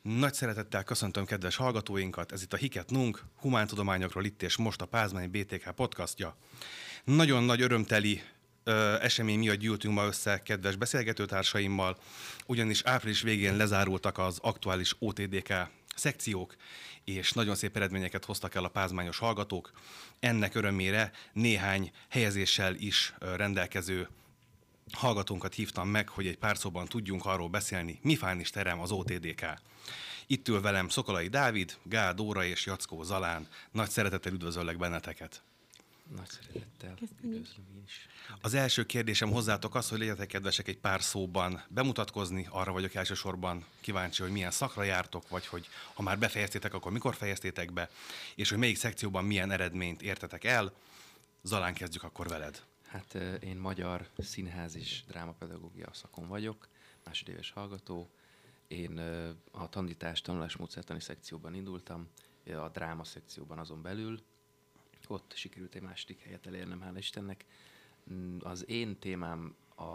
Nagy szeretettel köszöntöm kedves hallgatóinkat, ez itt a Hiket Nunk, humántudományokról itt és most a Pázmány BTK podcastja. Nagyon nagy örömteli esemény miatt gyűltünk ma össze kedves beszélgetőtársaimmal, ugyanis április végén lezárultak az aktuális OTDK szekciók, és nagyon szép eredményeket hoztak el a pázmányos hallgatók. Ennek örömére néhány helyezéssel is rendelkező hallgatónkat hívtam meg, hogy egy pár szóban tudjunk arról beszélni, mi fán is terem az OTDK. Itt ül velem Szokolai Dávid, Gál Dóra és Jackó Zalán. Nagy szeretettel üdvözöllek benneteket. Nagy szeretettel üdvözlöm én is. Az első kérdésem hozzátok az, hogy legyetek kedvesek egy pár szóban bemutatkozni. Arra vagyok elsősorban kíváncsi, hogy milyen szakra jártok, vagy hogy ha már befejeztétek, akkor mikor fejeztétek be, és hogy melyik szekcióban milyen eredményt értetek el. Zalán, kezdjük akkor veled. Hát én magyar színház és drámapedagógia szakon vagyok, másodéves hallgató. Én a tanulásmódszertani szekcióban indultam, a dráma szekcióban azon belül. Ott sikerült egy második helyet elérnem, hála Istennek. Az én témám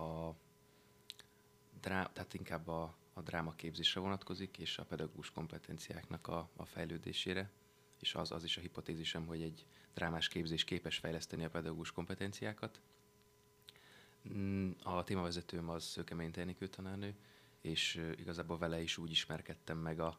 tehát inkább a drámaképzésre vonatkozik, és a pedagógus kompetenciáknak a fejlődésére, és az is a hipotézisem, hogy egy drámás képzés képes fejleszteni a pedagógus kompetenciákat. A témavezetőm az Szőkemény Enikő tanárnő, és igazából vele is úgy ismerkedtem meg a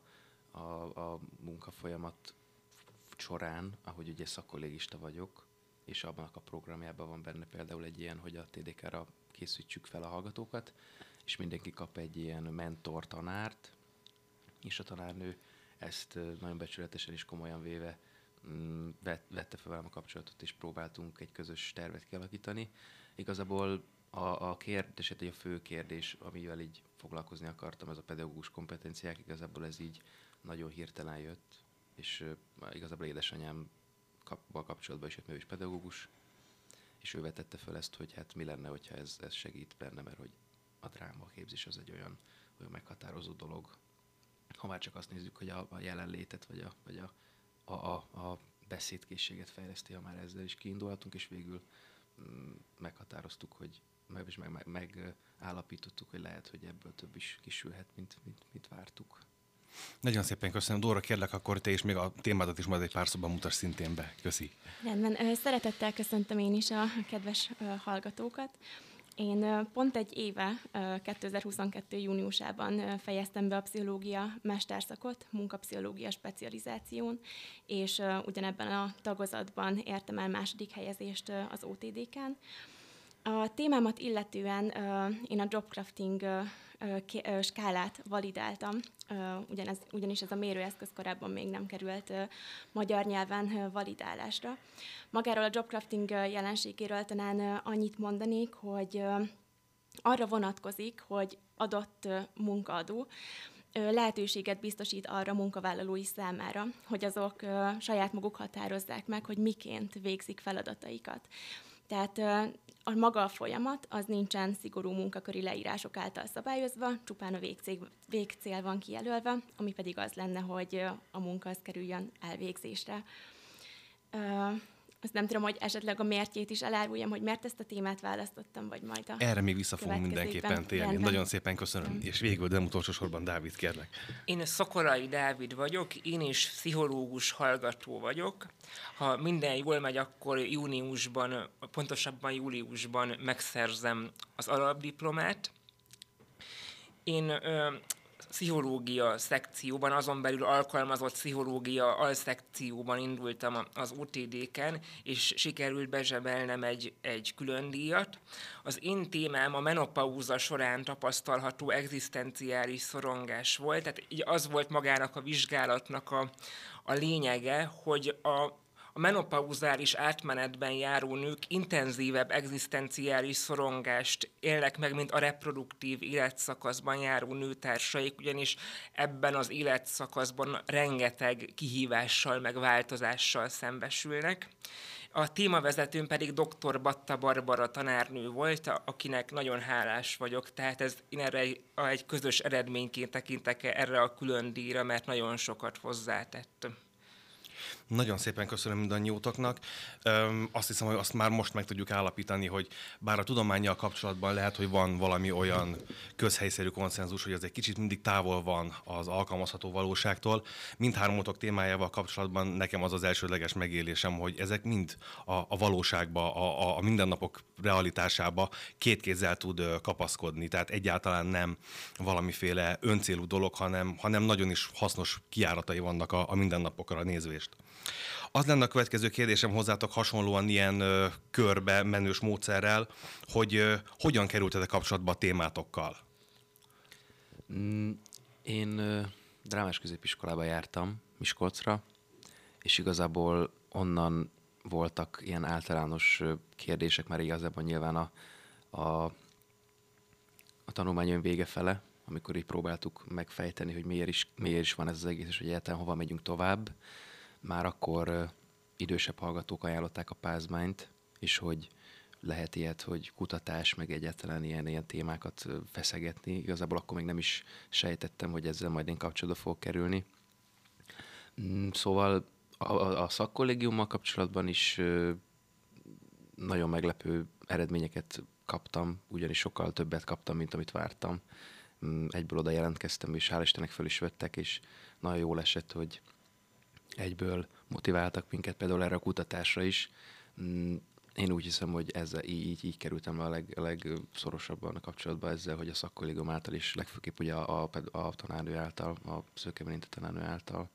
munkafolyamat során, ahogy ugye szakkollégista vagyok, és abban a programjában van benne például egy ilyen, hogy a TDK-ra készítsük fel a hallgatókat, és mindenki kap egy ilyen mentor tanárt, és a tanárnő ezt nagyon becsületesen és komolyan véve vette fel velem a kapcsolatot, és próbáltunk egy közös tervet kialakítani. Igazából a fő kérdés, amivel így foglalkozni akartam, ez a pedagógus kompetenciák, igazából ez így nagyon hirtelen jött, és igazából édesanyámmal kapcsolatban is jött, mert ő is pedagógus, és ő vetette fel ezt, hogy hát mi lenne, hogyha ez segít benne, mert hogy a drámaképzés az egy olyan meghatározó dolog. Ha már csak azt nézzük, hogy a jelenlétet, vagy a beszédkészséget fejleszti, ha már ezzel is kiindulhatunk, és végül meghatároztuk, hogy megállapítottuk, hogy lehet, hogy ebből több is kisülhet, mint vártuk. Nagyon szépen köszönöm. Dóra, kérlek, akkor te is még a témádat is majd egy pár szóban mutass szintén be. Köszi. Rendben. Szeretettel köszöntöm én is a kedves hallgatókat. Én pont egy éve, 2022. júniusában fejeztem be a pszichológia mesterszakot, munkapszichológia specializáción, és ugyanebben a tagozatban értem el második helyezést az OTDK-n. A témámat illetően én a jobcrafting skálát validáltam, ugyanis ez a mérőeszköz korábban még nem került magyar nyelven validálásra. Magáról a jobcrafting jelenségéről talán annyit mondanék, hogy arra vonatkozik, hogy adott munkaadó lehetőséget biztosít arra munkavállalói számára, hogy azok saját maguk határozzák meg, hogy miként végzik feladataikat. Tehát a maga a folyamat az nincsen szigorú munkaköri leírások által szabályozva, csupán a végcél van kijelölve, ami pedig az lenne, hogy a munka az kerüljön elvégzésre. Azt nem tudom, hogy esetleg a miértjét is eláruljam, hogy miért ezt a témát választottam, vagy majd a erre még vissza fogunk mindenképpen térni. Rendben. Nagyon szépen köszönöm. És végül, de nem utolsó sorban, Dávid, kérlek. Én Szokolai Dávid vagyok, én is pszichológus hallgató vagyok. Ha minden jól megy, akkor pontosabban júliusban megszerzem az alapdiplomát. Én pszichológia szekcióban, azon belül alkalmazott pszichológia alszekcióban indultam az OTDK-n, és sikerült bezsebelnem egy külön díjat. Az én témám a menopauza során tapasztalható egzisztenciális szorongás volt, tehát így az volt magának a vizsgálatnak a lényege, hogy a menopauzális átmenetben járó nők intenzívebb egzisztenciális szorongást élnek meg, mint a reproduktív életszakaszban járó nőtársaik, ugyanis ebben az életszakaszban rengeteg kihívással meg változással szembesülnek. A témavezetőm pedig dr. Batta Barbara tanárnő volt, akinek nagyon hálás vagyok, tehát én erre egy közös eredményként tekintek erre a külön díjra, mert nagyon sokat hozzátett. Nagyon szépen köszönöm mindannyiótoknak. Azt hiszem, hogy azt már most meg tudjuk állapítani, hogy bár a tudománnyal kapcsolatban lehet, hogy van valami olyan közhelyszerű konszenzus, hogy ez egy kicsit mindig távol van az alkalmazható valóságtól. Mindhármatok témájával kapcsolatban nekem az az elsődleges megélésem, hogy ezek mind a valóságba, a mindennapok realitásába két kézzel tud kapaszkodni. Tehát egyáltalán nem valamiféle öncélú dolog, hanem nagyon is hasznos kijáratai vannak a mindennapokra nézvést. Az lenne a következő kérdésem hozzátok hasonlóan ilyen körbe menős módszerrel, hogy hogyan kerültetek kapcsolatba a témátokkal? Én drámás középiskolába jártam, Miskolcra, és igazából onnan voltak ilyen általános kérdések, már igazából nyilván a tanulmányom vége fele, amikor így próbáltuk megfejteni, hogy miért is van ez az egész, és hogy egyáltalán hova megyünk tovább. Már akkor idősebb hallgatók ajánlották a Pázmányt, és hogy lehet ilyet, hogy kutatás, meg egyáltalán ilyen témákat feszegetni. Igazából akkor még nem is sejtettem, hogy ezzel majd én kapcsolatba fogok kerülni. Szóval a szakkollégiummal kapcsolatban is nagyon meglepő eredményeket kaptam, ugyanis sokkal többet kaptam, mint amit vártam. Egyből oda jelentkeztem, és hál' Istennek föl is vettek, és nagyon jól esett, hogy egyből motiváltak minket például erre a kutatásra is. Én úgy hiszem, hogy ezzel így kerültem a legszorosabban a kapcsolatba ezzel, hogy a szakkollégium által is, legfőképp ugye a tanárnő által, a Szőke Melinda tanárnő által.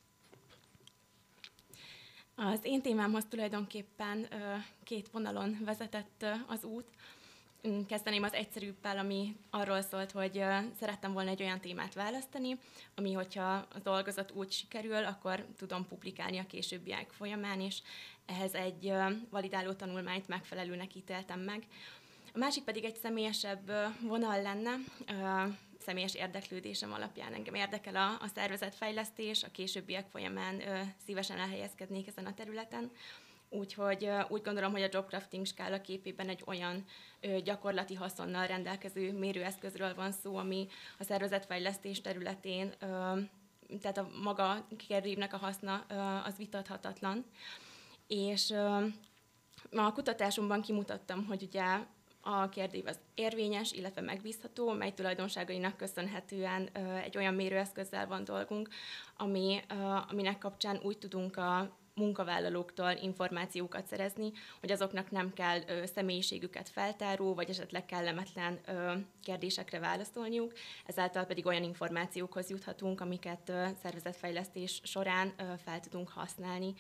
Az én témámhoz tulajdonképpen két vonalon vezetett az út. Kezdeném az egyszerűbbel, ami arról szólt, hogy szerettem volna egy olyan témát választani, ami, hogyha a dolgozat úgy sikerül, akkor tudom publikálni a későbbiek folyamán, és ehhez egy validáló tanulmányt megfelelőnek ítéltem meg. A másik pedig egy személyesebb vonal lenne, személyes érdeklődésem alapján engem érdekel a szervezetfejlesztés, a későbbiek folyamán szívesen elhelyezkednék ezen a területen. Úgyhogy úgy gondolom, hogy a Jobcrafting skála képében egy olyan gyakorlati haszonnal rendelkező mérőeszközről van szó, ami a szervezetfejlesztés területén, tehát a maga kérdőívnek a haszna az vitathatatlan. És a kutatásomban kimutattam, hogy ugye a kérdőív az érvényes, illetve megbízható, mely tulajdonságainak köszönhetően egy olyan mérőeszközzel van dolgunk, aminek kapcsán úgy tudunk a munkavállalóktól információkat szerezni, hogy azoknak nem kell személyiségüket feltáró, vagy esetleg kellemetlen kérdésekre válaszolniuk, ezáltal pedig olyan információkhoz juthatunk, amiket szervezetfejlesztés során fel tudunk használni.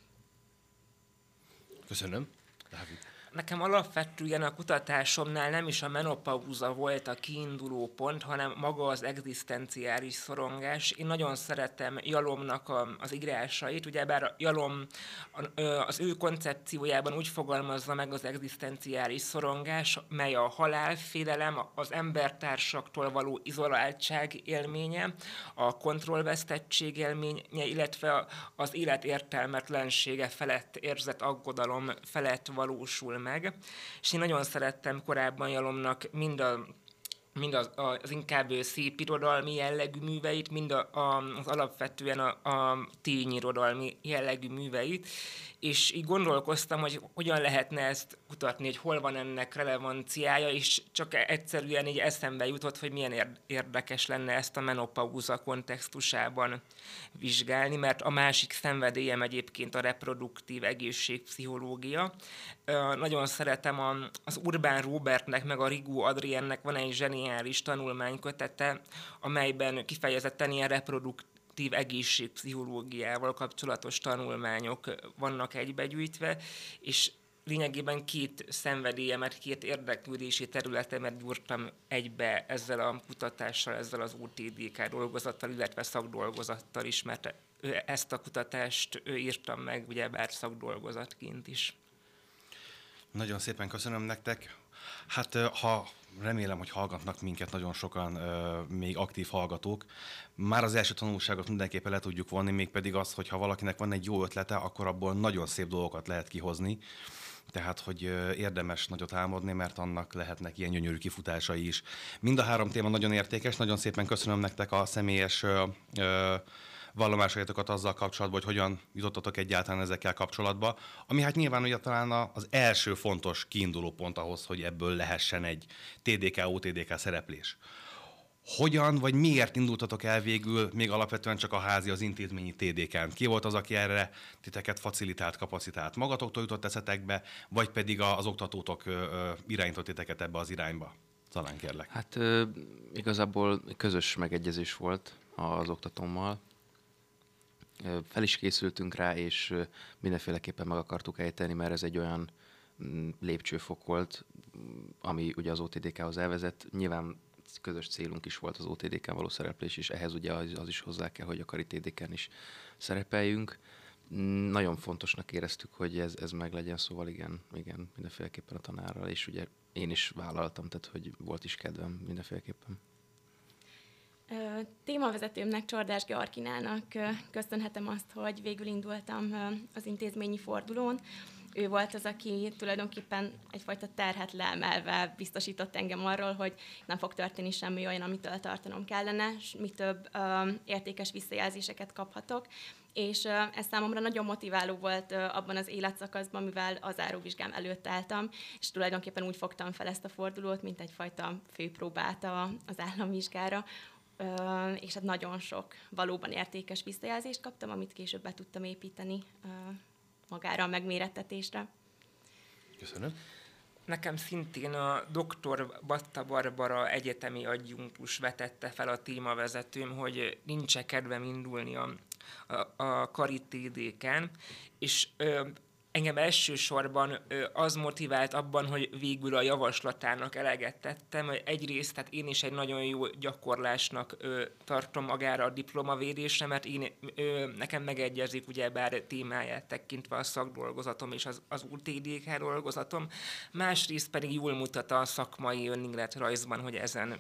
Köszönöm. Dávid. Nekem alapvetően a kutatásomnál nem is a menopauza volt a kiinduló pont, hanem maga az egzisztenciális szorongás. Én nagyon szeretem Jalomnak az írásait, ugyebár Jalom az ő koncepciójában úgy fogalmazza meg az egzisztenciális szorongás, mely a halálfélelem, az embertársaktól való izoláltság élménye, a kontrollvesztettség élménye, illetve az élet értelmetlensége felett érzett aggodalom felett valósul meg. És én nagyon szerettem korábban Jalomnak mind az inkább szép irodalmi jellegű műveit, mind az alapvetően a tényirodalmi jellegű műveit, és így gondolkoztam, hogy hogyan lehetne ezt kutatni, hogy hol van ennek relevanciája, és csak egyszerűen így eszembe jutott, hogy milyen érdekes lenne ezt a menopauza kontextusában vizsgálni, mert a másik szenvedélyem egyébként a reproduktív egészségpszichológia. Nagyon szeretem az Urbán Robertnek, meg a Rigó Adriennek van egy zseniális tanulmánykötete, amelyben kifejezetten ilyen reproduktív egészségpszichológiával kapcsolatos tanulmányok vannak egybegyűjtve, és lényegében két szenvedélyemet, két érdeklődési területemet gyúrtam egybe ezzel a kutatással, ezzel az OTDK dolgozattal, illetve szakdolgozattal is, mert ezt a kutatást írtam meg, ugyebár szakdolgozatként is. Nagyon szépen köszönöm nektek. Hát remélem, hogy hallgatnak minket nagyon sokan még aktív hallgatók. Már az első tanulságot mindenképpen le tudjuk vonni, mégpedig az, hogy ha valakinek van egy jó ötlete, akkor abból nagyon szép dolgokat lehet kihozni. Tehát, hogy érdemes nagyot álmodni, mert annak lehetnek ilyen gyönyörű kifutásai is. Mind a három téma nagyon értékes, nagyon szépen köszönöm nektek a személyes vallomásaitokat azzal kapcsolatban, hogy hogyan jutottatok egyáltalán ezekkel kapcsolatba, ami hát nyilván ugye talán az első fontos kiinduló pont ahhoz, hogy ebből lehessen egy TDK-OTDK szereplés. Hogyan vagy miért indultatok el végül még alapvetően csak a házi, az intézményi TDK-n? Ki volt az, aki erre titeket facilitált, kapacitált? Magatoktól jutott eszetekbe, vagy pedig az oktatótok irányított titeket ebbe az irányba? Zalán, kérlek. Hát igazából közös megegyezés volt az oktatómmal. Fel is készültünk rá, és mindenféleképpen meg akartuk ejteni, mert ez egy olyan lépcsőfok volt, ami ugye az OTDK-hoz elvezet. Nyilván közös célunk is volt az OTDK-n való szereplés, és ehhez ugye az is hozzá kell, hogy a Kari TDK-n is szerepeljünk. Nagyon fontosnak éreztük, hogy ez meglegyen, szóval igen, mindenféleképpen a tanárral, és ugye én is vállaltam, tehát hogy volt is kedvem mindenféleképpen. Témavezetőmnek, Csordás Georginának köszönhetem azt, hogy végül indultam az intézményi fordulón. Ő volt az, aki tulajdonképpen egyfajta terhet leemelve biztosított engem arról, hogy nem fog történni semmi olyan, amitől tartanom kellene, és mi több értékes visszajelzéseket kaphatok. És ez számomra nagyon motiváló volt abban az életszakaszban, mivel az záróvizsgám előtt álltam, és tulajdonképpen úgy fogtam fel ezt a fordulót, mint egyfajta főpróbát az államvizsgára, és hát nagyon sok valóban értékes visszajelzést kaptam, amit később be tudtam építeni magára a megmérettetésre. Köszönöm. Nekem szintén a dr. Batta Barbara egyetemi adjunktus vetette fel a témavezetőm, hogy nincs-e kedvem indulni a Kari TDK-n, és engem elsősorban az motivált abban, hogy végül a javaslatának eleget tettem. Egyrészt tehát én is egy nagyon jó gyakorlásnak tartom magára a diplomavédésre, mert nekem megegyezik ugyebár témáját tekintve a szakdolgozatom és az UTDK dolgozatom. Másrészt pedig jól mutat a szakmai önéletrajzban, hogy ezen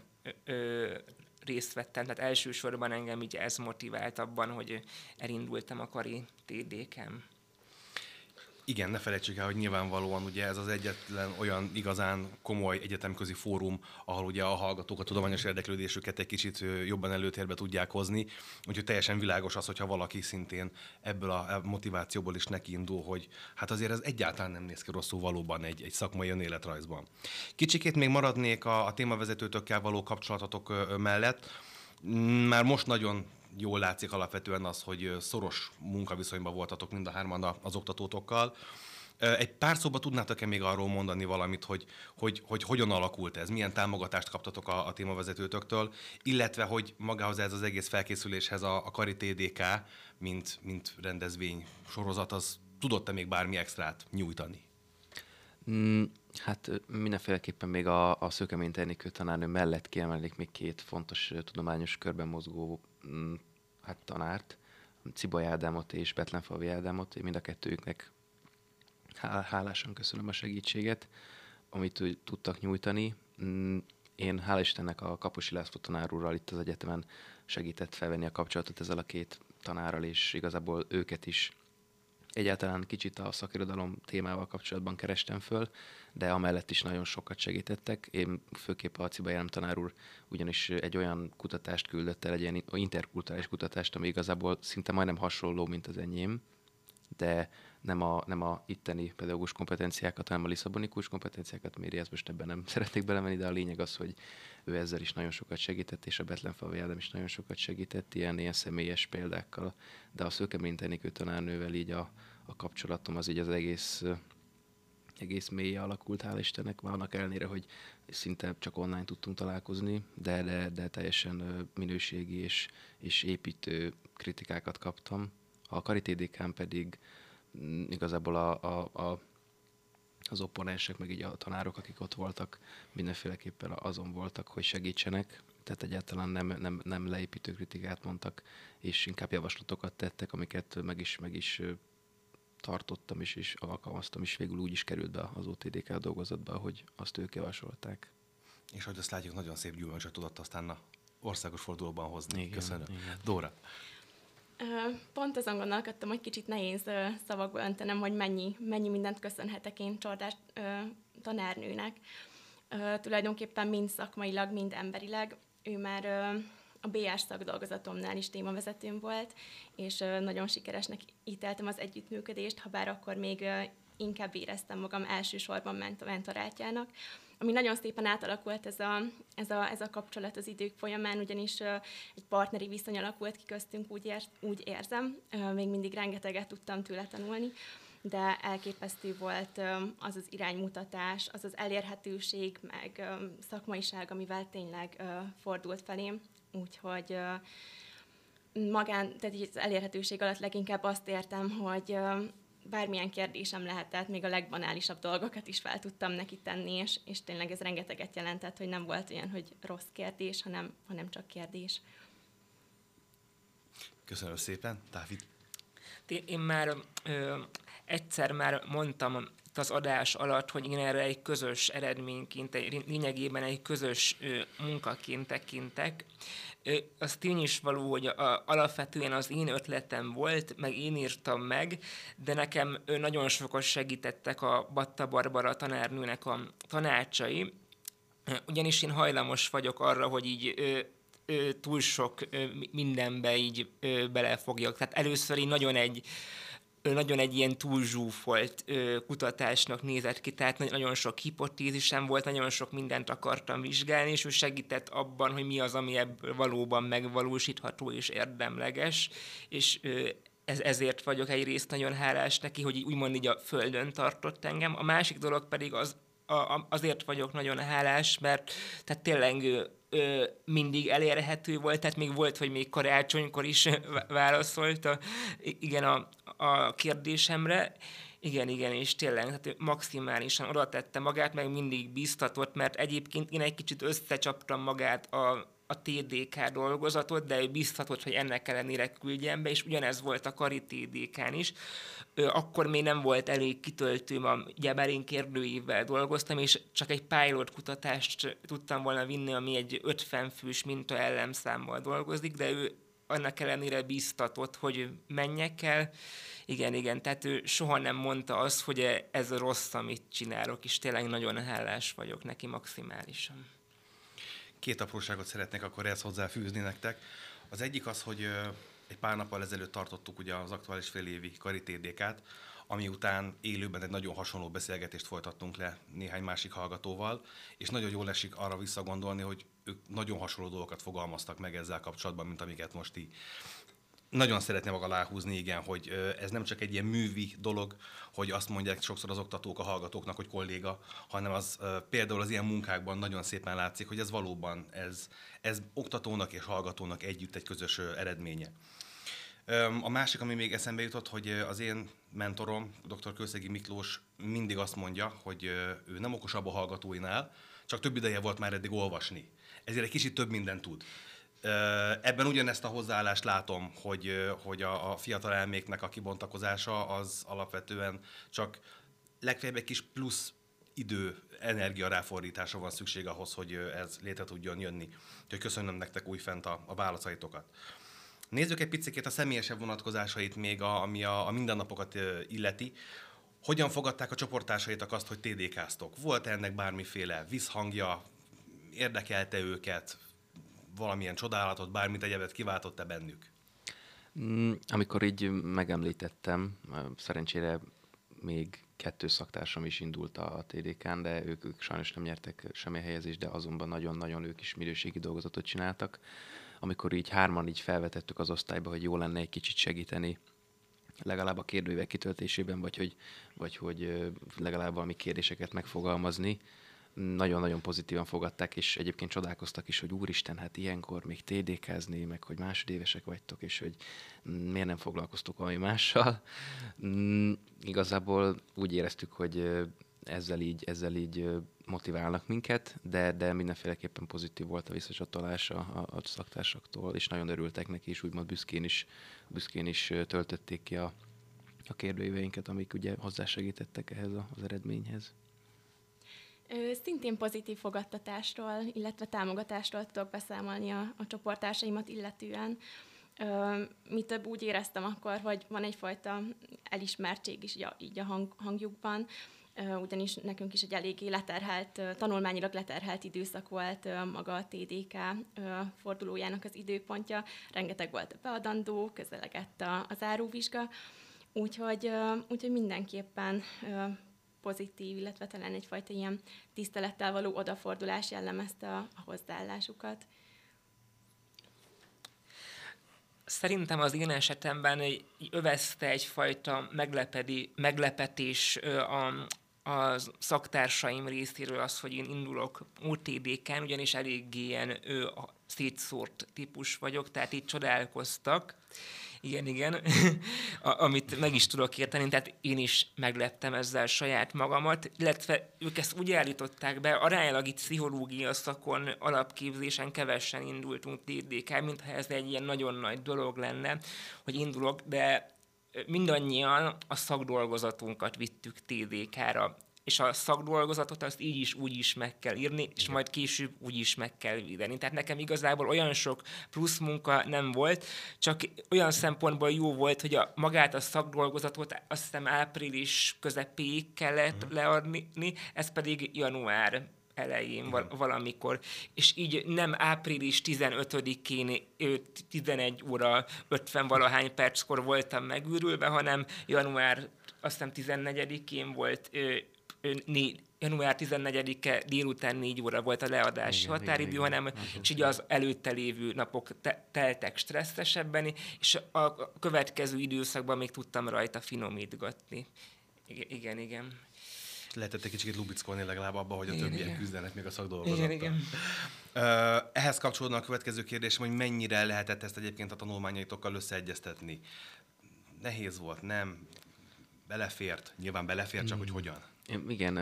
részt vettem. Tehát elsősorban engem így ez motivált abban, hogy elindultam a Kari TDK-n. Igen, ne felejtsük el, hogy nyilvánvalóan ugye ez az egyetlen olyan igazán komoly egyetemközi fórum, ahol ugye a hallgatók a tudományos érdeklődésüket egy kicsit jobban előtérbe tudják hozni. Úgyhogy teljesen világos az, hogyha valaki szintén ebből a motivációból is nekiindul, hogy hát azért ez egyáltalán nem néz ki rosszul valóban egy szakmai önéletrajzban. Kicsikét még maradnék a témavezetőtökkel való kapcsolatotok mellett. Már most nagyon jól látszik alapvetően az, hogy szoros munkaviszonyban voltatok mind a hárman az oktatótokkal. Egy pár szóba tudnátok-e még arról mondani valamit, hogy hogyan alakult ez, milyen támogatást kaptatok a témavezetőtöktől, illetve hogy magához ez az egész felkészüléshez a Kari TDK, mint rendezvény sorozat, az tudott-e még bármi extrát nyújtani? Hát mindenféleképpen még a Szőkemény Enikő tanárnő mellett kiemelnék még két fontos tudományos körben mozgó tanárt, Ciboly Ádámot és Betlenfalvi Ádámot. Én mind a kettőjüknek hálásan köszönöm a segítséget, amit tudtak nyújtani. Én hál' Istennek a Kaposi László tanár úrral itt az egyetemen segített felvenni a kapcsolatot ezzel a két tanárral, és igazából őket is egyáltalán kicsit a szakirodalom témával kapcsolatban kerestem föl, de amellett is nagyon sokat segítettek. Én főképp a Ciba Jelen tanár úr ugyanis egy olyan kutatást küldött el, egy ilyen interkulturális kutatást, ami igazából szinte majdnem hasonló, mint az enyém, de nem a itteni pedagógus kompetenciákat, hanem a lisszaboni kulcskompetenciákat méri, ezt most ebben nem szeretnék belemenni, de a lényeg az, hogy ő ezzel is nagyon sokat segített, és a Betlenfalvi Ádám is nagyon sokat segített, ilyen személyes példákkal, de a Szőkemény Enikő tanárnővel így a kapcsolatom az így az egész mély alakult, hál' Istennek, annak ellenére, hogy szinte csak online tudtunk találkozni, de teljesen minőségi és építő kritikákat kaptam. A Kari TDK-n pedig igazából az opponensek, meg így a tanárok, akik ott voltak, mindenféleképpen azon voltak, hogy segítsenek, tehát egyáltalán nem leépítő kritikát mondtak, és inkább javaslatokat tettek, amiket meg is tartottam is, és alkalmaztam, és végül úgy is került be az OTDK dolgozatba, hogy azt ők javasolták. És hogy azt látjuk, nagyon szép gyümölcsöt tudott aztán a országos fordulóban hozni. Igen, köszönöm. igen. Dóra? Pont azon gondolkodtam, hogy kicsit nehéz szavakba öntenem, hogy mennyi mindent köszönhetek én Csordás ttanárnőnek. Tulajdonképpen mind szakmailag, mind emberileg. Ő már a BS szakdolgozatomnál is témavezetőm volt, és nagyon sikeresnek ítéltem az együttműködést, ha bár akkor még inkább éreztem magam elsősorban mentorátjának, ami nagyon szépen átalakult ez a kapcsolat az idők folyamán, ugyanis egy partneri viszony alakult ki köztünk, úgy érzem. Még mindig rengeteget tudtam tőle tanulni, de elképesztő volt az az iránymutatás, az az elérhetőség, meg szakmaiság, amivel tényleg fordult felém. Úgyhogy tehát az elérhetőség alatt leginkább azt értem, hogy bármilyen kérdésem lehetett, még a legbanálisabb dolgokat is fel tudtam neki tenni, és tényleg ez rengeteget jelentett, hogy nem volt olyan, hogy rossz kérdés, hanem csak kérdés. Köszönöm szépen. Dávid? Én már egyszer már mondtam az adás alatt, hogy én erre egy közös eredményként, lényegében egy közös munkaként tekintek. Az tény is való, hogy alapvetően az én ötletem volt, meg én írtam meg, de nekem nagyon sokat segítettek a Batta Barbara tanárnőnek a tanácsai, ugyanis én hajlamos vagyok arra, hogy így túl sok mindenbe így belefogjak. Tehát először én nagyon egy ilyen túlzsúfolt kutatásnak nézett ki, tehát nagyon sok hipotézisem volt, nagyon sok mindent akartam vizsgálni, és ő segített abban, hogy mi az, ami ebből valóban megvalósítható és érdemleges, és ezért vagyok egyrészt nagyon hálás neki, hogy úgymond így a földön tartott engem. A másik dolog pedig azért vagyok nagyon hálás, mert tehát tényleg mindig elérhető volt, tehát még volt, hogy még karácsonykor is válaszolt a kérdésemre. Igen, és tényleg tehát maximálisan oda tette magát, meg mindig biztatott, mert egyébként én egy kicsit összecsaptam magát a TDK dolgozatot, de ő biztatott, hogy ennek ellenére küldjem be, és ugyanez volt a Kari TDK-n is. Akkor még nem volt elég kitöltőm, ugyebár én kérdőívvel dolgoztam, és csak egy pilot kutatást tudtam volna vinni, ami egy 50 fős minta ellenszámmal dolgozik, de ő annak ellenére biztatott, hogy menjek el. Igen, tehát ő soha nem mondta azt, hogy ez rossz, amit csinálok, és tényleg nagyon hálás vagyok neki maximálisan. 2 apróságot szeretnék akkor ezt hozzáfűzni nektek. Az egyik az, hogy egy pár nappal ezelőtt tartottuk ugye az aktuális félévi Kari TDK-t, ami után élőben egy nagyon hasonló beszélgetést folytattunk le néhány másik hallgatóval, és nagyon jól esik arra visszagondolni, hogy ők nagyon hasonló dolgokat fogalmaztak meg ezzel kapcsolatban, mint amiket most így. Nagyon szeretném aláhúzni, igen, hogy ez nem csak egy ilyen művi dolog, hogy azt mondják sokszor az oktatók a hallgatóknak, hogy kolléga, hanem az például az ilyen munkákban nagyon szépen látszik, hogy ez valóban ez oktatónak és hallgatónak együtt egy közös eredménye. A másik, ami még eszembe jutott, hogy az én mentorom, dr. Kőszegi Miklós mindig azt mondja, hogy ő nem okosabb a hallgatóinál, csak több ideje volt már eddig olvasni. Ezért egy kicsit több mindent tud. Ebben ugyanezt a hozzáállást látom, hogy a fiatal elméknek a kibontakozása az alapvetően csak legfeljebb egy kis plusz idő, energia ráfordítása van szükség ahhoz, hogy ez létre tudjon jönni. Úgyhogy köszönöm nektek újfent a válaszaitokat. Nézzük egy picit a személyesebb vonatkozásait még, ami a mindennapokat illeti. Hogyan fogadták a csoporttársaitok azt, hogy TDK-ztok? Volt ennek bármiféle visszhangja? Érdekelte őket? Valamilyen csodálatot, bármit egyebet kiváltott-e bennük? Amikor így megemlítettem, szerencsére még 2 szaktársam is indult a TDK-n, de ők sajnos nem nyertek semmi helyezést, de azonban nagyon-nagyon ők is minőségi dolgozatot csináltak. Amikor így 3-an így felvetettük az osztályba, hogy jó lenne egy kicsit segíteni, legalább a kérdőívek kitöltésében, vagy hogy legalább valami kérdéseket megfogalmazni, nagyon-nagyon pozitívan fogadták, és egyébként csodálkoztak is, hogy úristen, hát ilyenkor még TDK-zni, meg hogy másodévesek vagytok, és hogy miért nem foglalkoztok valami mással. Igazából úgy éreztük, hogy ezzel így motiválnak minket, de mindenféleképpen pozitív volt a visszacsatolás a szaktársaktól, és nagyon örültek neki, és úgymond büszkén is töltötték ki a kérdőíveinket, amik ugye hozzásegítettek ehhez az eredményhez. Szintén pozitív fogadtatásról, illetve támogatásról tudok beszámolni a csoporttársaimat illetően. Mi több úgy éreztem akkor, hogy van egyfajta elismertség is így a hangjukban, ugyanis nekünk is egy eléggé leterhelt, tanulmányilag leterhelt időszak volt maga a TDK fordulójának az időpontja. Rengeteg volt a beadandó, közelegett a záróvizsga, úgyhogy mindenképpen pozitív, illetve talán egyfajta ilyen tisztelettel való odafordulás jellemezte a hozzáállásukat. Szerintem az én esetemben övezte egyfajta meglepetés a szaktársaim részéről az, hogy én indulok OTDK-n, ugyanis eléggé ilyen szétszórt típus vagyok, tehát így csodálkoztak. Igen, amit meg is tudok érteni, tehát én is megleptem ezzel saját magamat, illetve ők ezt úgy állították be, aránylag itt pszichológia szakon, alapképzésen kevesen indultunk TDK, mintha ez egy ilyen nagyon nagy dolog lenne, hogy indulok, de mindannyian a szakdolgozatunkat vittük TDK-ra, és a szakdolgozatot azt így is, úgy is meg kell írni, és majd később úgy is meg kell védeni. Tehát nekem igazából olyan sok plusz munka nem volt, csak olyan szempontból jó volt, hogy magát a szakdolgozatot azt hiszem április közepéig kellett leadni, ez pedig január elején valamikor, és így nem április 15-én 11 óra 50 valahány perckor voltam megőrülve, hanem január azt hiszem 14-én volt január 14-e délután 4 óra volt a leadási határidő, hanem és így az előtte lévő napok teltek stresszesebben, és a következő időszakban még tudtam rajta finomítgatni. Igen. Lehetett egy kicsit lubickolni legalább abba, hogy a többiek küzdenek még a szakdolgozattal. Igen. Ehhez kapcsolódna a következő kérdésem, hogy mennyire lehetett ezt egyébként a tanulmányaitokkal összeegyeztetni? Nehéz volt, nem? Belefért? Nyilván belefért, csak hogy hogyan? Igen,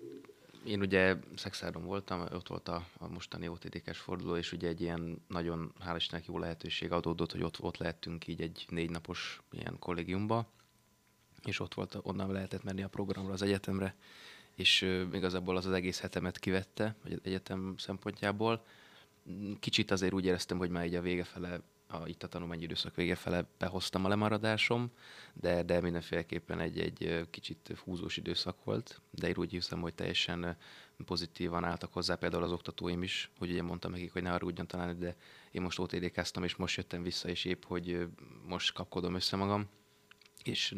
én ugye Szexárdon voltam, ott volt a mostani OTDK-s forduló, és ugye egy ilyen nagyon, hál' Istennek jó lehetőség adódott, hogy ott lehettünk így egy 4 napos ilyen kollégiumba, és onnan lehetett menni a programra, az egyetemre, és igazából az egész hetemet kivette, vagy az egyetem szempontjából. Kicsit azért úgy éreztem, hogy már így a vége fele, itt a tanulmányi időszak vége fele behoztam a lemaradásom, de mindenféleképpen egy kicsit húzós időszak volt, de én úgy hiszem, hogy teljesen pozitívan álltak hozzá, például az oktatóim is, hogy ugye mondtam nekik, hogy ne haragudjon talán, de én most OTDK-ztam, és most jöttem vissza, és épp, hogy most kapkodom össze magam, és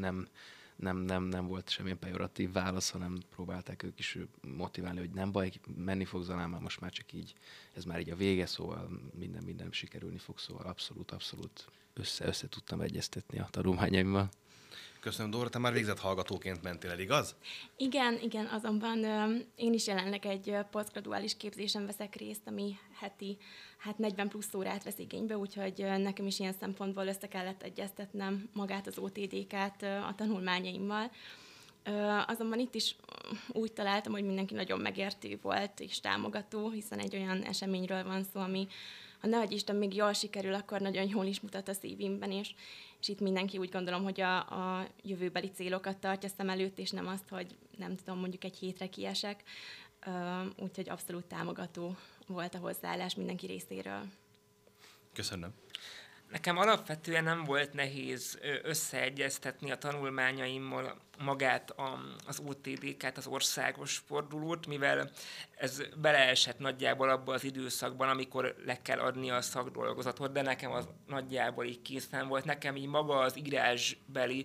nem volt semmilyen pejoratív válasz, hanem próbálták ők is motiválni, hogy nem baj, menni fog Zalán, most már csak így, ez már így a vége, szóval minden sikerülni fog, szóval abszolút össze tudtam egyeztetni a tanulmányaimmal. Köszönöm, Dóra, te már végzett hallgatóként mentél el, igaz? Igen, azonban én is jelenleg egy posztgraduális képzésen veszek részt, ami heti 40 plusz órát vesz igénybe, úgyhogy nekem is ilyen szempontból össze kellett egyeztetnem magát az OTDK-t a tanulmányaimmal. Azonban itt is úgy találtam, hogy mindenki nagyon megértő volt és támogató, hiszen egy olyan eseményről van szó, ami, ha nehogy Isten még jól sikerül, akkor nagyon jól is mutat a szívimben, és itt mindenki úgy gondolom, hogy a jövőbeli célokat tartja szem előtt, és nem azt, hogy nem tudom, mondjuk egy hétre kiesek. Úgyhogy abszolút támogató volt a hozzáállás mindenki részéről. Köszönöm. Nekem alapvetően nem volt nehéz összeegyeztetni a tanulmányaimmal magát az OTDK-t, az országos fordulót, mivel ez beleesett nagyjából abba az időszakban, amikor le kell adni a szakdolgozatot, de nekem az nagyjából így készen volt. Nekem így maga az írásbeli,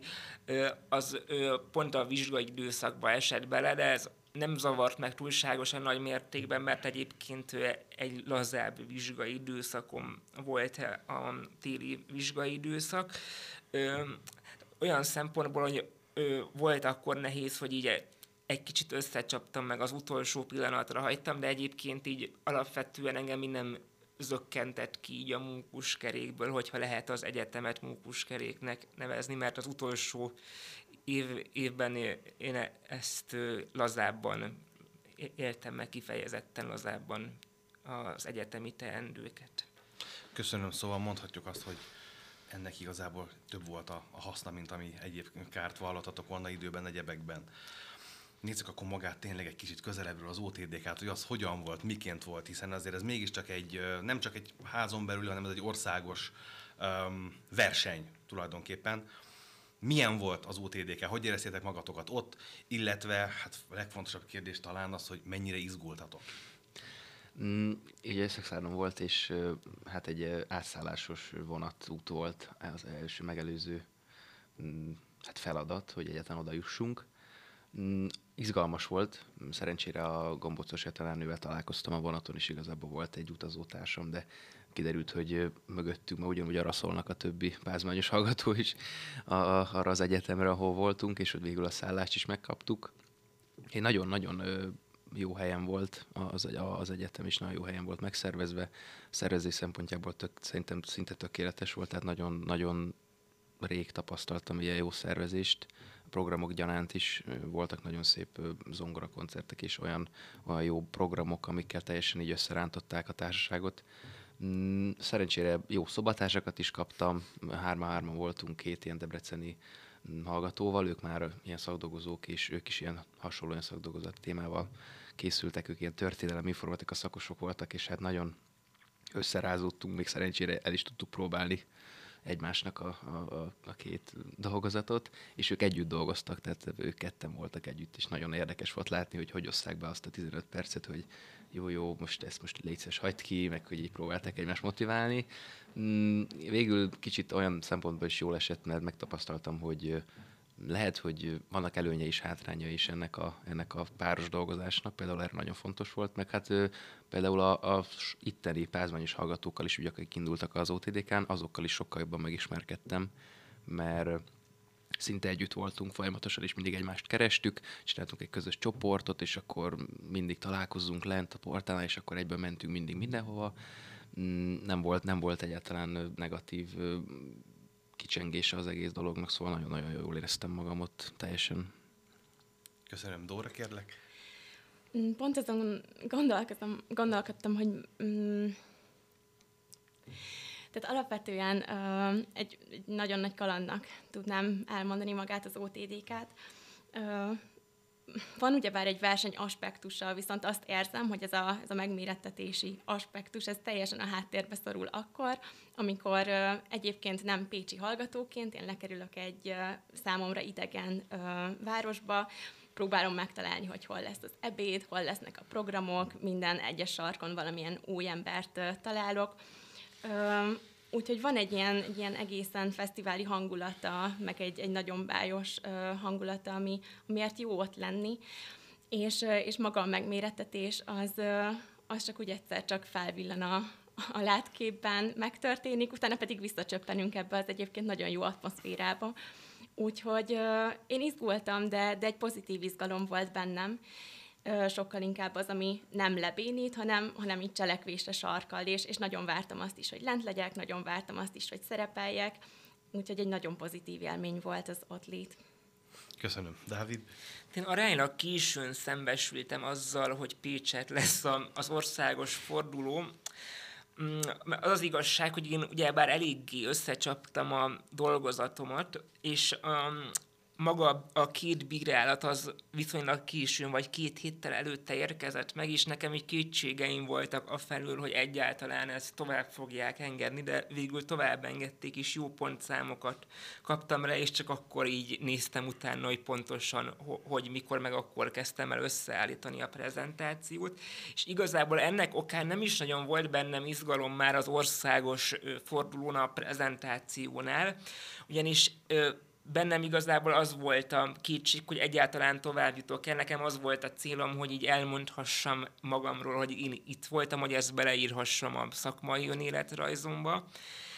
az pont a vizsgai időszakba esett bele, de ez nem zavart meg túlságosan nagy mértékben, mert egyébként egy lazább vizsgai időszakom volt a téli vizsgai időszak. Olyan szempontból, hogy volt akkor nehéz, hogy így egy kicsit összecsaptam, meg az utolsó pillanatra hagytam, de egyébként így alapvetően engem nem zökkentett ki így a munkuskerékből, hogyha lehet az egyetemet munkuskeréknek nevezni, mert az utolsó évben én ezt lazábban éltem meg, kifejezetten lazábban az egyetemi teendőket. Köszönöm, szóval mondhatjuk azt, hogy ennek igazából több volt a haszna, mint ami egyéb kárt vallatatok volna időben, egyebekben. Nézzük akkor magát tényleg egy kicsit közelebbről az OTDK-t, hogy az hogyan volt, miként volt, hiszen azért ez mégiscsak nem csak egy házon belül, hanem ez egy országos verseny tulajdonképpen. Milyen volt az UTDK? Hogy éreztétek magatokat ott? Illetve, hát a legfontosabb kérdés talán az, hogy mennyire izgultatok? Ugye Szexárdon volt, és hát egy átszállásos vonatút volt az első megelőző feladat, hogy egyáltalán oda jussunk. Izgalmas volt, szerencsére a Gombócos tanárnővel találkoztam a vonaton, és igazából volt egy utazótársam, de kiderült, hogy mögöttünk, ma ugyanúgy arra szólnak a többi pázmányos hallgató is arra az egyetemre, ahol voltunk, és ott végül a szállást is megkaptuk. Én nagyon-nagyon jó helyen volt az egyetem, is nagyon jó helyen volt megszervezve. Szervezés szempontjából szerintem szinte tökéletes volt, tehát nagyon rég tapasztaltam ilyen jó szervezést. A programok gyanánt is voltak nagyon szép zongorakoncertek és olyan jó programok, amikkel teljesen így összerántották a társaságot. Szerencsére jó szobatársakat is kaptam, hárman voltunk, 2 ilyen debreceni hallgatóval, ők már ilyen szakdolgozók, és ők is ilyen hasonló ilyen szakdolgozat témával készültek, ők ilyen történelem, informatika szakosok voltak, és hát nagyon összerázódtunk, még szerencsére el is tudtuk próbálni egymásnak a 2 dolgozatot, és ők együtt dolgoztak, tehát ők ketten voltak együtt, és nagyon érdekes volt látni, hogy osszák be azt a 15 percet, hogy jó, most légy szíves, hagyd ki, meg hogy így próbálták egymást motiválni. Végül kicsit olyan szempontból is jól esett, mert megtapasztaltam, hogy lehet, hogy vannak előnye és hátránya is ennek a páros dolgozásnak, például erre nagyon fontos volt, meg hát például a itteni pázmányos hallgatókkal is, ugye, akik indultak az OTDK-n, azokkal is sokkal jobban megismerkedtem, mert szinte együtt voltunk folyamatosan, és mindig egymást kerestük, csináltunk egy közös csoportot, és akkor mindig találkozzunk lent a portálnál, és akkor egyből mentünk mindig mindenhova. Nem volt egyáltalán negatív kicsengése az egész dolognak, szóval nagyon-nagyon jól éreztem magam ott teljesen. Köszönöm, Dóra, kérlek. Pont azon gondolkodtam, hogy tehát alapvetően egy nagyon nagy kalandnak tudnám elmondani magát az OTDK-t. Van ugyebár egy verseny aspektusa, viszont azt érzem, hogy ez a megmérettetési aspektus, ez teljesen a háttérbe szorul akkor, amikor egyébként nem pécsi hallgatóként én lekerülök egy számomra idegen városba, próbálom megtalálni, hogy hol lesz az ebéd, hol lesznek a programok, minden egyes sarkon valamilyen új embert találok. Úgyhogy van egy ilyen egészen fesztiváli hangulata, meg egy nagyon bájos hangulata, amiért jó ott lenni, és maga a megmérettetés az csak úgy egyszer csak felvillan a látképben, megtörténik, utána pedig visszacsöppenünk ebbe az egyébként nagyon jó atmoszférába. Úgyhogy én izgultam, de egy pozitív izgalom volt bennem, sokkal inkább az, ami nem lebénít, hanem így cselekvésre sarkal, és nagyon vártam azt is, hogy lent legyek, nagyon vártam azt is, hogy szerepeljek, úgyhogy egy nagyon pozitív élmény volt az ott lét. Köszönöm. Dávid? Én aránylag későn szembesültem azzal, hogy Pécset lesz az országos forduló. Az igazság, hogy én ugyebár eléggé összecsaptam a dolgozatomat, és maga a 2 bírálat az viszonylag későn, vagy 2 héttel előtte érkezett meg, és nekem így kétségeim voltak afelől, hogy egyáltalán ezt tovább fogják engedni, de végül tovább engedték, és jó pontszámokat kaptam rá, és csak akkor így néztem utána, hogy pontosan, hogy mikor, meg akkor kezdtem el összeállítani a prezentációt, és igazából ennek okán nem is nagyon volt bennem izgalom már az országos fordulón a prezentációnál, ugyanis bennem igazából az volt a kétség, hogy egyáltalán tovább jutok el. Nekem az volt a célom, hogy így elmondhassam magamról, hogy én itt voltam, hogy ezt beleírhassam a szakmai önéletrajzomba.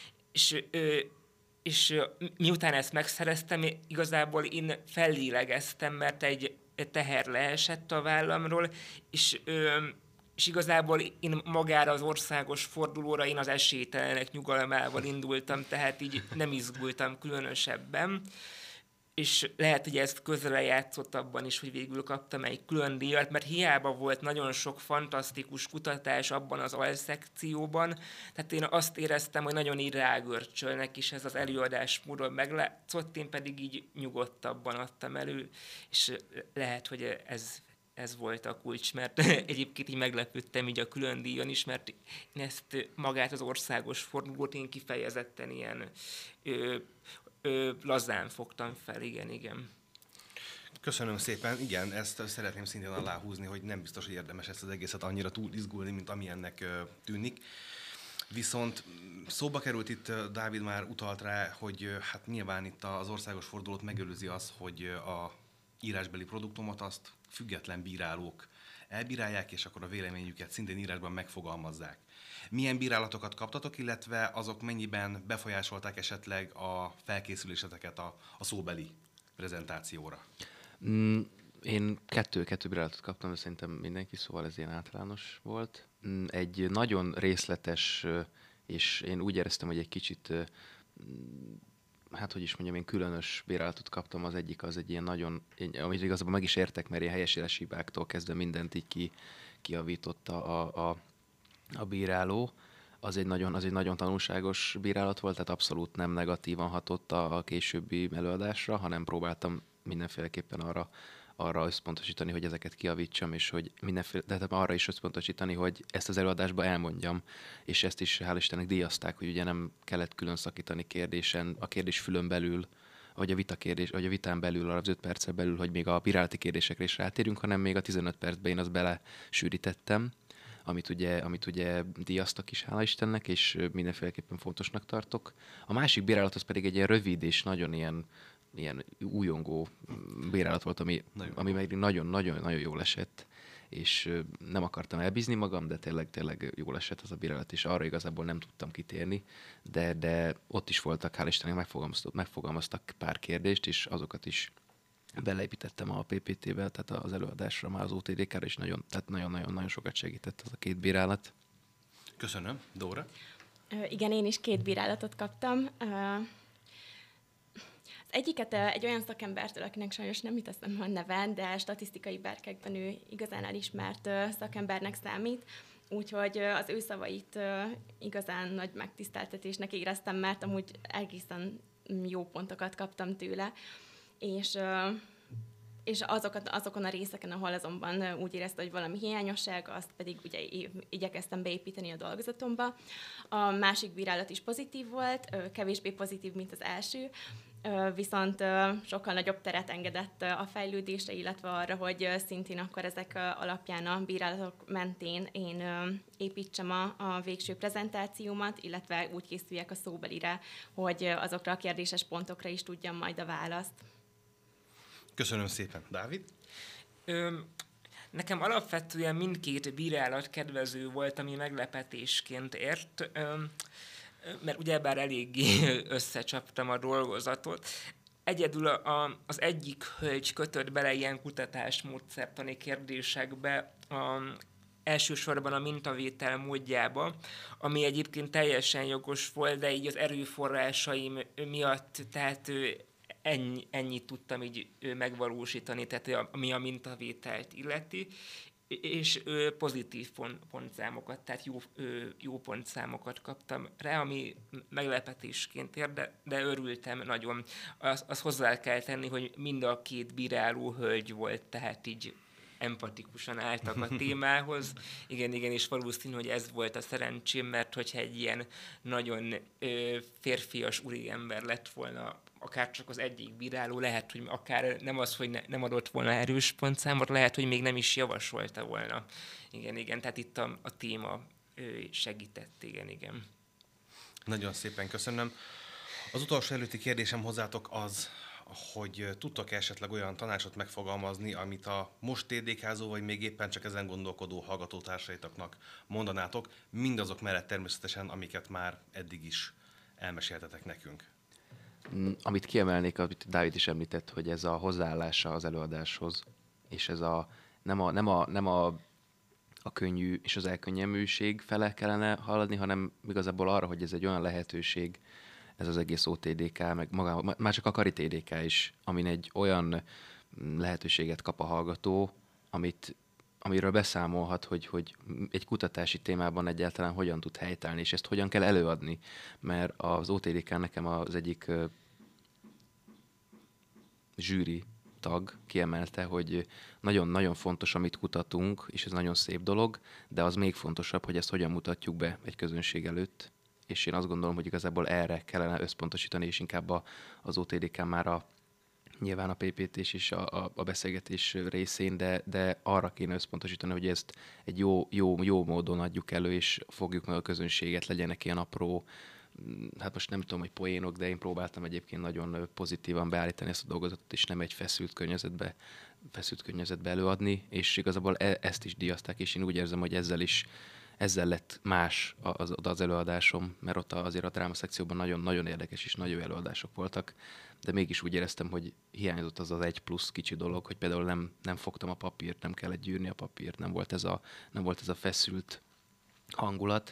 És miután ezt megszereztem, igazából én fellélegeztem, mert egy teher leesett a vállamról, és igazából én magára az országos fordulóra én az esélytelenek nyugalmával indultam, tehát így nem izgultam különösebben. És lehet, hogy ez közre játszott abban is, hogy végül kaptam egy külön díjat, mert hiába volt nagyon sok fantasztikus kutatás abban az alszekcióban, tehát én azt éreztem, hogy nagyon így rágörcsölnek, és ez az előadásmódon meglátszott, én pedig így nyugodtabban adtam elő, és lehet, hogy ez volt a kulcs, mert egyébként így meglepődtem így a külön díjon is, mert én ezt magát az országos fordulót én kifejezetten ilyen lazán fogtam fel, igen. Köszönöm szépen. Igen, ezt szeretném szintén aláhúzni, hogy nem biztos, hogy érdemes ezt az egészet annyira túl izgulni, mint amilyennek tűnik. Viszont szóba került itt, Dávid már utalt rá, hogy hát nyilván itt az országos fordulót megelőzi az, hogy a írásbeli produktumot azt független bírálók elbírálják, és akkor a véleményüket szintén írásban megfogalmazzák. Milyen bírálatokat kaptatok, illetve azok mennyiben befolyásolták esetleg a felkészüléseteket a szóbeli prezentációra? Én kettő bírálatot kaptam, de szerintem mindenki, szóval ez ilyen általános volt. Egy nagyon részletes, és én úgy éreztem, hogy egy kicsit, hát hogy is mondjam, én különös bírálatot kaptam. Az egyik az egy ilyen nagyon, amit igazából meg is értek, mert ilyen helyesírási hibáktól kezdve mindent így kijavította a bíráló. Az egy nagyon tanulságos bírálat volt, tehát abszolút nem negatívan hatott a későbbi előadásra, hanem próbáltam mindenféleképpen arra összpontosítani, hogy ezeket kijavítsam, és hogy de arra is összpontosítani, hogy ezt az előadásba elmondjam, és ezt is hál' Istennek díjazták, hogy ugye nem kellett külön szakítani kérdésen, a kérdésfülön belül, vagy a vitán belül, az 5 percen belül, hogy még a bírálati kérdésekre is rátérünk, hanem még a 15 percben én azt belesűrítettem, amit ugye díjaztak is, hála Istennek, és mindenféleképpen fontosnak tartok. A másik bírálat az pedig egy ilyen rövid és nagyon ilyen újongó bírálat volt, ami meg nagyon jól esett, és nem akartam elbízni magam, de tényleg jól esett az a bírálat, és arra igazából nem tudtam kitérni, de ott is voltak, hál' Istennek megfogalmaztak pár kérdést, és azokat is beleépítettem a PPT-be, tehát az előadásra, már az OTDK-ra is nagyon sokat segített az a 2 bírálat. Köszönöm. Dóra? Igen, én is 2 bírálatot kaptam. Az egyiket egy olyan szakembertől, akinek sajnos nem jut eszembe a neve, de statisztikai berkekben ő igazán elismert szakembernek számít, úgyhogy az ő szavait igazán nagy megtiszteltetésnek éreztem, mert amúgy egészen jó pontokat kaptam tőle, és azokon a részeken, ahol azonban úgy érezte, hogy valami hiányosság, azt pedig ugye igyekeztem beépíteni a dolgozatomba. A másik bírálat is pozitív volt, kevésbé pozitív, mint az első, viszont sokkal nagyobb teret engedett a fejlődésre, illetve arra, hogy szintén akkor ezek alapján a bírálatok mentén én építsem a végső prezentációmat, illetve úgy készüljek a szóbelire, hogy azokra a kérdéses pontokra is tudjam majd a választ. Köszönöm szépen. Dávid? Nekem alapvetően mindkét bírálat kedvező volt, ami meglepetésként ért, mert ugyebár eléggé összecsaptam a dolgozatot. Egyedül az egyik hölgy kötött bele ilyen kutatásmódszertani kérdésekbe, elsősorban a mintavétel módjába, ami egyébként teljesen jogos volt, de így az erőforrásaim miatt, tehát ennyit tudtam így megvalósítani, tehát ami a mintavételt illeti, és pozitív pontszámokat, tehát jó pontszámokat kaptam rá, ami meglepetésként ér, de örültem nagyon. Azt hozzá kell tenni, hogy mind a 2 bíráló hölgy volt, tehát így empatikusan álltak a témához. Igen, és valószínű, hogy ez volt a szerencsém, mert hogyha egy ilyen nagyon férfias úriember lett volna, akár csak az egyik bíráló, lehet, hogy akár nem az, hogy nem adott volna erős pontszámot, lehet, hogy még nem is javasolta volna. Igen, tehát itt a téma segített, igen. Nagyon szépen köszönöm. Az utolsó előtti kérdésem hozzátok az, hogy tudtok esetleg olyan tanácsot megfogalmazni, amit a most TDK-zó, vagy még éppen csak ezen gondolkodó hallgatótársaitoknak mondanátok, mindazok mellett természetesen, amiket már eddig is elmeséltetek nekünk. Amit kiemelnék, amit Dávid is említett, hogy ez a hozzáállása az előadáshoz, és ez nem a könnyű és az elkönnyelműség fele kellene haladni, hanem igazából arra, hogy ez egy olyan lehetőség, ez az egész OTDK, meg már csak a Kari TDK is, amin egy olyan lehetőséget kap a hallgató, amiről beszámolhat, hogy egy kutatási témában egyáltalán hogyan tud helytállni, és ezt hogyan kell előadni. Mert az OTDK nekem az egyik zsűri tag kiemelte, hogy nagyon-nagyon fontos, amit kutatunk, és ez nagyon szép dolog, de az még fontosabb, hogy ezt hogyan mutatjuk be egy közönség előtt, és én azt gondolom, hogy igazából erre kellene összpontosítani, és inkább az OTDK már nyilván a PPT-s is a beszélgetés részén, de arra kéne összpontosítani, hogy ezt egy jó módon adjuk elő, és fogjuk meg a közönséget, legyenek ilyen apró, hát most nem tudom, hogy poénok, de én próbáltam egyébként nagyon pozitívan beállítani ezt a dolgozatot, és nem egy feszült környezetbe előadni, és igazából ezt is díjazták, és én úgy érzem, hogy ezzel lett más az előadásom, mert ott azért a dráma szekcióban nagyon-nagyon érdekes és nagyon jó előadások voltak, de mégis úgy éreztem, hogy hiányzott az egy plusz kicsi dolog, hogy például nem fogtam a papírt, nem kellett gyűrni a papírt, nem volt ez a feszült hangulat.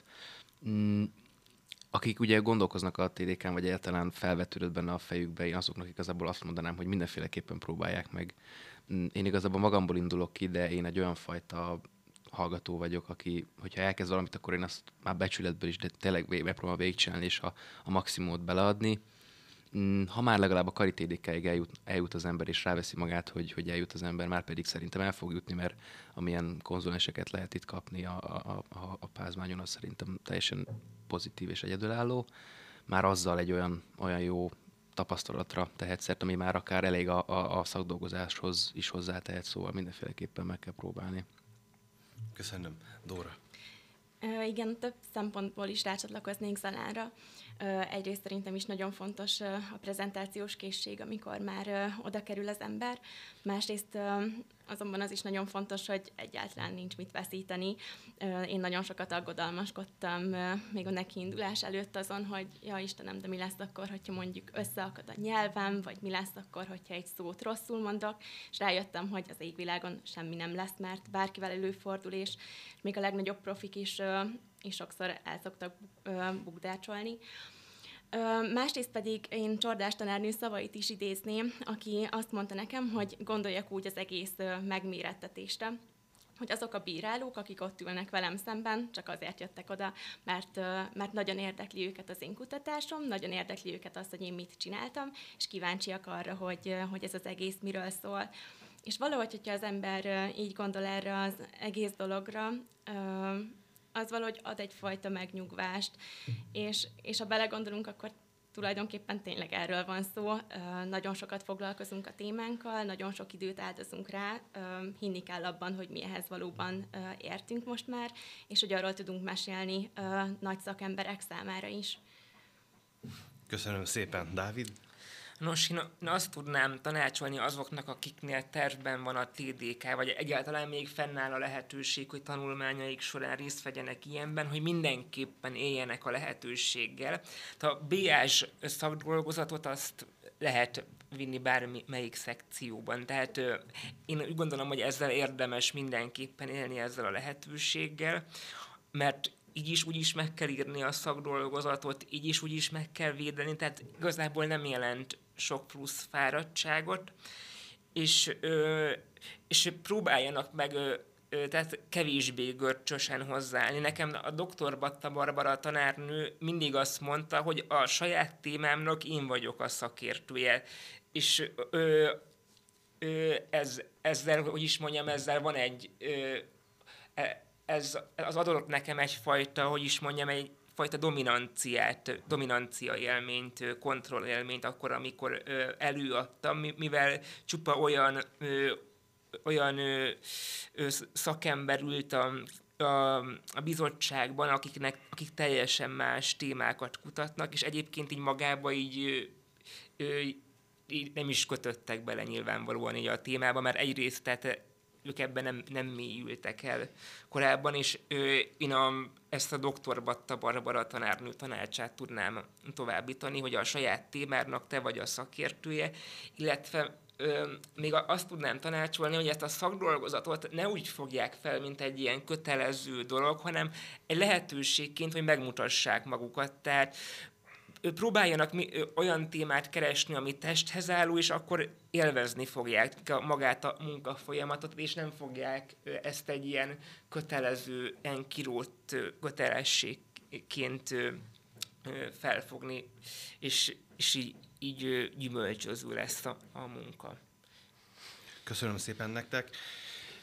Akik ugye gondolkoznak a TDK-n, vagy egyáltalán felvetődött benne a fejükbe, én azoknak igazából azt mondanám, hogy mindenféleképpen próbálják meg. Én igazából magamból indulok ki, de én egy olyan fajta hallgató vagyok, aki, hogyha elkezd valamit, akkor én azt már becsületből is, de tényleg megpróbálom végigcsinálni, és a maximumot beleadni. Ha már legalább a Kari TDK-ig eljut az ember, és ráveszi magát, hogy eljut az ember, már pedig szerintem el fog jutni, mert amilyen konzulenseket lehet itt kapni a Pázmányon, az szerintem teljesen pozitív és egyedülálló. Már azzal egy olyan jó tapasztalatra tehet szert, ami már akár elég a szakdolgozáshoz is hozzátehet, szóval mindenféleképpen meg kell próbálni. Köszönöm. Dóra. Igen, több szempontból is rácsatlakoznék Zalánra. Egyrészt szerintem is nagyon fontos a prezentációs készség, amikor már oda kerül az ember. Másrészt azonban az is nagyon fontos, hogy egyáltalán nincs mit veszíteni. Én nagyon sokat aggodalmaskodtam még a nekiindulás előtt azon, hogy ja Istenem, de mi lesz akkor, hogyha mondjuk összeakad a nyelvem, vagy mi lesz akkor, hogyha egy szót rosszul mondok, és rájöttem, hogy az égvilágon semmi nem lesz, mert bárkivel előfordul, és még a legnagyobb profik is sokszor el szoktak bukdácsolni. Másrészt pedig én Csordás tanárnő szavait is idézném, aki azt mondta nekem, hogy gondoljak úgy az egész megmérettetésre, hogy azok a bírálók, akik ott ülnek velem szemben, csak azért jöttek oda, mert nagyon érdekli őket az én kutatásom, nagyon érdekli őket azt, hogy én mit csináltam, és kíváncsiak arra, hogy ez az egész miről szól. És valahogy, hogyha az ember így gondol erre az egész dologra, az valahogy ad egyfajta megnyugvást, és ha belegondolunk, akkor tulajdonképpen tényleg erről van szó. Nagyon sokat foglalkozunk a témánkkal, nagyon sok időt áldozunk rá, hinni kell abban, hogy mi ehhez valóban értünk most már, és hogy arról tudunk mesélni nagy szakemberek számára is. Köszönöm szépen. Dávid? Nos, én azt tudnám tanácsolni azoknak, akiknél tervben van a TDK, vagy egyáltalán még fennáll a lehetőség, hogy tanulmányaik során részt vegyenek ilyenben, hogy mindenképpen éljenek a lehetőséggel. A BA-s szakdolgozatot azt lehet vinni bármelyik szekcióban. Tehát én úgy gondolom, hogy ezzel érdemes mindenképpen élni ezzel a lehetőséggel, mert így is úgy is meg kell írni a szakdolgozatot, így is úgy is meg kell védeni, tehát igazából nem jelent sok plusz fáradtságot, és próbáljanak meg tehát kevésbé görcsösen hozzáállni. Nekem a dr. Batta Barbara tanárnő mindig azt mondta, hogy a saját témámnak én vagyok a szakértője, és ezzel, hogy is mondjam, ezzel van egy... Ez az adott nekem egyfajta, hogy is mondjam, egyfajta dominancia élményt, kontroll élményt akkor, amikor előadtam, mivel csupa olyan szakember ült a bizottságban, akik teljesen más témákat kutatnak, és egyébként így magába így nem is kötöttek bele nyilvánvalóan így a témába, mert egyrészt tehát ők ebben nem mélyültek el korábban, és én ezt a dr. Batta Barbara tanárnő tanácsát tudnám továbbítani, hogy a saját témának te vagy a szakértője, illetve még azt tudnám tanácsolni, hogy ezt a szakdolgozatot ne úgy fogják fel, mint egy ilyen kötelező dolog, hanem egy lehetőségként, hogy megmutassák magukat. Tehát próbáljanak olyan témát keresni, ami testhez álló, és akkor élvezni fogják magát a munkafolyamatot, és nem fogják ezt egy ilyen kötelezően kirótt kötelességként felfogni, és így gyümölcsöző lesz a munka. Köszönöm szépen nektek.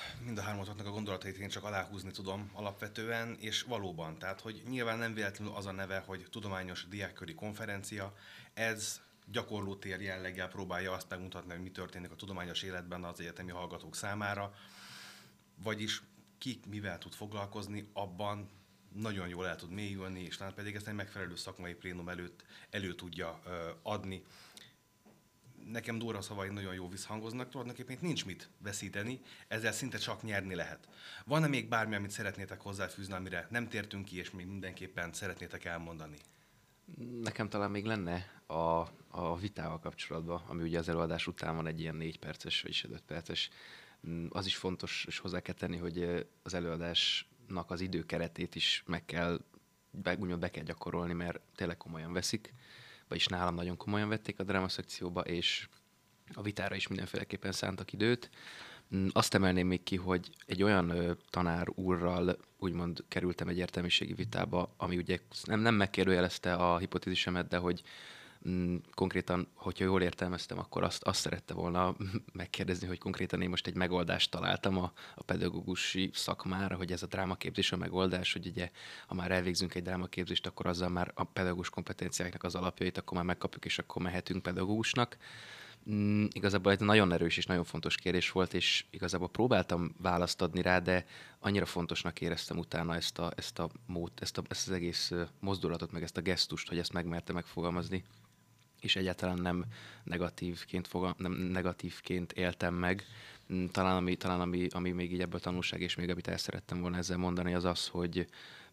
mind a hármatoknak a gondolatait én csak aláhúzni tudom alapvetően, és valóban, tehát hogy nyilván nem véletlenül az a neve, hogy Tudományos Diákköri Konferencia, ez gyakorlótér jelleggel próbálja azt megmutatni, hogy mi történik a tudományos életben az egyetemi hallgatók számára, vagyis ki mivel tud foglalkozni, abban nagyon jól el tud mélyülni, és talán pedig ezt egy megfelelő szakmai plénum előtt elő tudja adni. Nekem Dóra szavai nagyon jó visszhangoznak, tulajdonképpen nincs mit veszíteni, ezzel szinte csak nyerni lehet. Van-e még bármi, amit szeretnétek hozzáfűzni, amire nem tértünk ki, és még mindenképpen szeretnétek elmondani? Nekem talán még lenne a vitával kapcsolatban, ami ugye az előadás után van egy ilyen 4 perces, vagyis 5 perces. Az is fontos, és hozzá kell tenni, hogy az előadásnak az időkeretét is úgymond be kell gyakorolni, mert tényleg komolyan veszik, vagyis nálam nagyon komolyan vették a drámaszekcióba, és a vitára is mindenféleképpen szántak időt. Azt emelném még ki, hogy egy olyan tanár úrral úgymond kerültem egy értelmiségi vitába, ami ugye nem megkérdőjelezte a hipotézisemet, de hogy konkrétan, hogyha jól értelmeztem, akkor azt szerette volna megkérdezni, hogy konkrétan én most egy megoldást találtam a pedagógusi szakmára, hogy ez a drámaképzés a megoldás, hogy ugye, ha már elvégzünk egy drámaképzést, akkor azzal már a pedagógus kompetenciáknak az alapjait akkor már megkapjuk, és akkor mehetünk pedagógusnak. Igazából egy nagyon erős és nagyon fontos kérdés volt, és igazából próbáltam választ adni rá, de annyira fontosnak éreztem utána ezt az egész mozdulatot, meg ezt a gesztust, hogy ezt megmerte megfogalmazni, és egyáltalán nem negatívként éltem meg. Talán ami még így ebből tanulság, és még amit el szerettem volna ezzel mondani, az az, hogy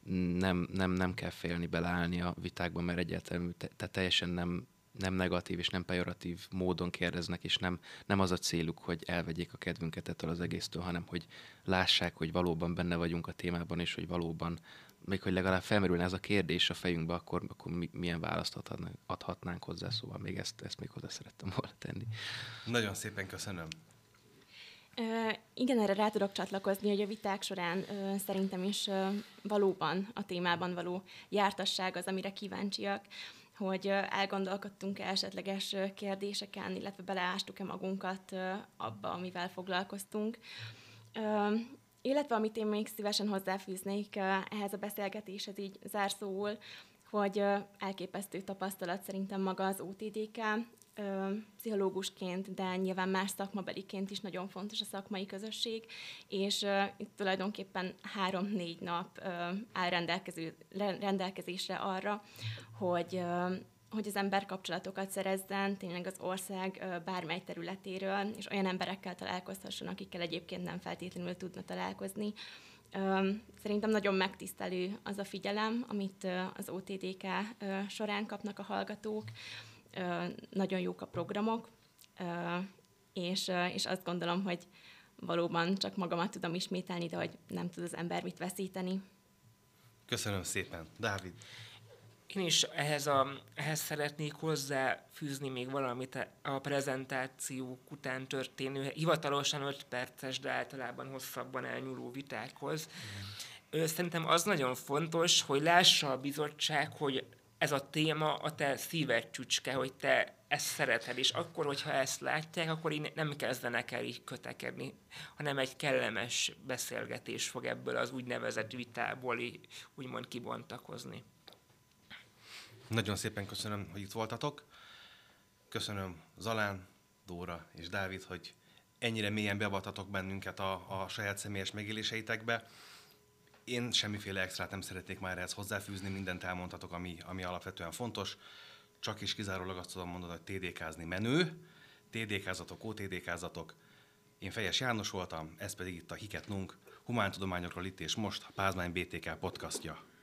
nem kell félni beleállni a vitákban, mert egyáltalán tehát teljesen nem negatív és nem pejoratív módon kérdeznek, és nem az a céluk, hogy elvegyék a kedvünket ettől az egésztől, hanem hogy lássák, hogy valóban benne vagyunk a témában, és hogy valóban, még hogy legalább felmerülne ez a kérdés a fejünkbe, akkor milyen választ adhatnánk hozzá, szóval még ezt még hozzá szerettem volna tenni. Nagyon szépen köszönöm. Igen, erre rá tudok csatlakozni, hogy a viták során szerintem is valóban a témában való jártasság az, amire kíváncsiak, hogy elgondolkodtunk-e esetleges kérdéseken, illetve beleástuk-e magunkat abba, amivel foglalkoztunk. Illetve amit én még szívesen hozzáfűznék ehhez a beszélgetéshez így zárszóul, hogy elképesztő tapasztalat szerintem maga az OTDK, pszichológusként, de nyilván más szakmabeliként is nagyon fontos a szakmai közösség, és itt tulajdonképpen 3-4 nap áll rendelkezésre arra, hogy az ember kapcsolatokat szerezzen tényleg az ország bármely területéről, és olyan emberekkel találkozhasson, akikkel egyébként nem feltétlenül tudna találkozni. Szerintem nagyon megtisztelő az a figyelem, amit az OTDK során kapnak a hallgatók. Nagyon jók a programok, és azt gondolom, hogy valóban csak magamat tudom ismételni, de hogy nem tud az ember mit veszíteni. Köszönöm szépen. Dávid? Én is ehhez szeretnék hozzáfűzni még valamit a prezentációk után történő, hivatalosan 5 perces, de általában hosszabban elnyúló vitákhoz. Szerintem az nagyon fontos, hogy lássa a bizottság, hogy ez a téma a te szíved csücske, hogy te ezt szereted, és akkor, hogyha ezt látják, akkor így nem kezdenek el így kötekedni, hanem egy kellemes beszélgetés fog ebből az úgynevezett vitából úgymond kibontakozni. Nagyon szépen köszönöm, hogy itt voltatok. Köszönöm Zalán, Dóra és Dávid, hogy ennyire mélyen beavatatok bennünket a saját személyes megéléseitekbe. Én semmiféle extrát nem szeretnék már ehhez hozzáfűzni, mindent elmondhatok, ami alapvetően fontos. Csak és kizárólag azt tudom mondani, hogy TDK-zni menő, TDK-zatok, OTDK-zatok. Én Fejes János voltam, ez pedig itt a Hiket Nunk, humántudományokról itt és most a Pázmány BTK podcastja.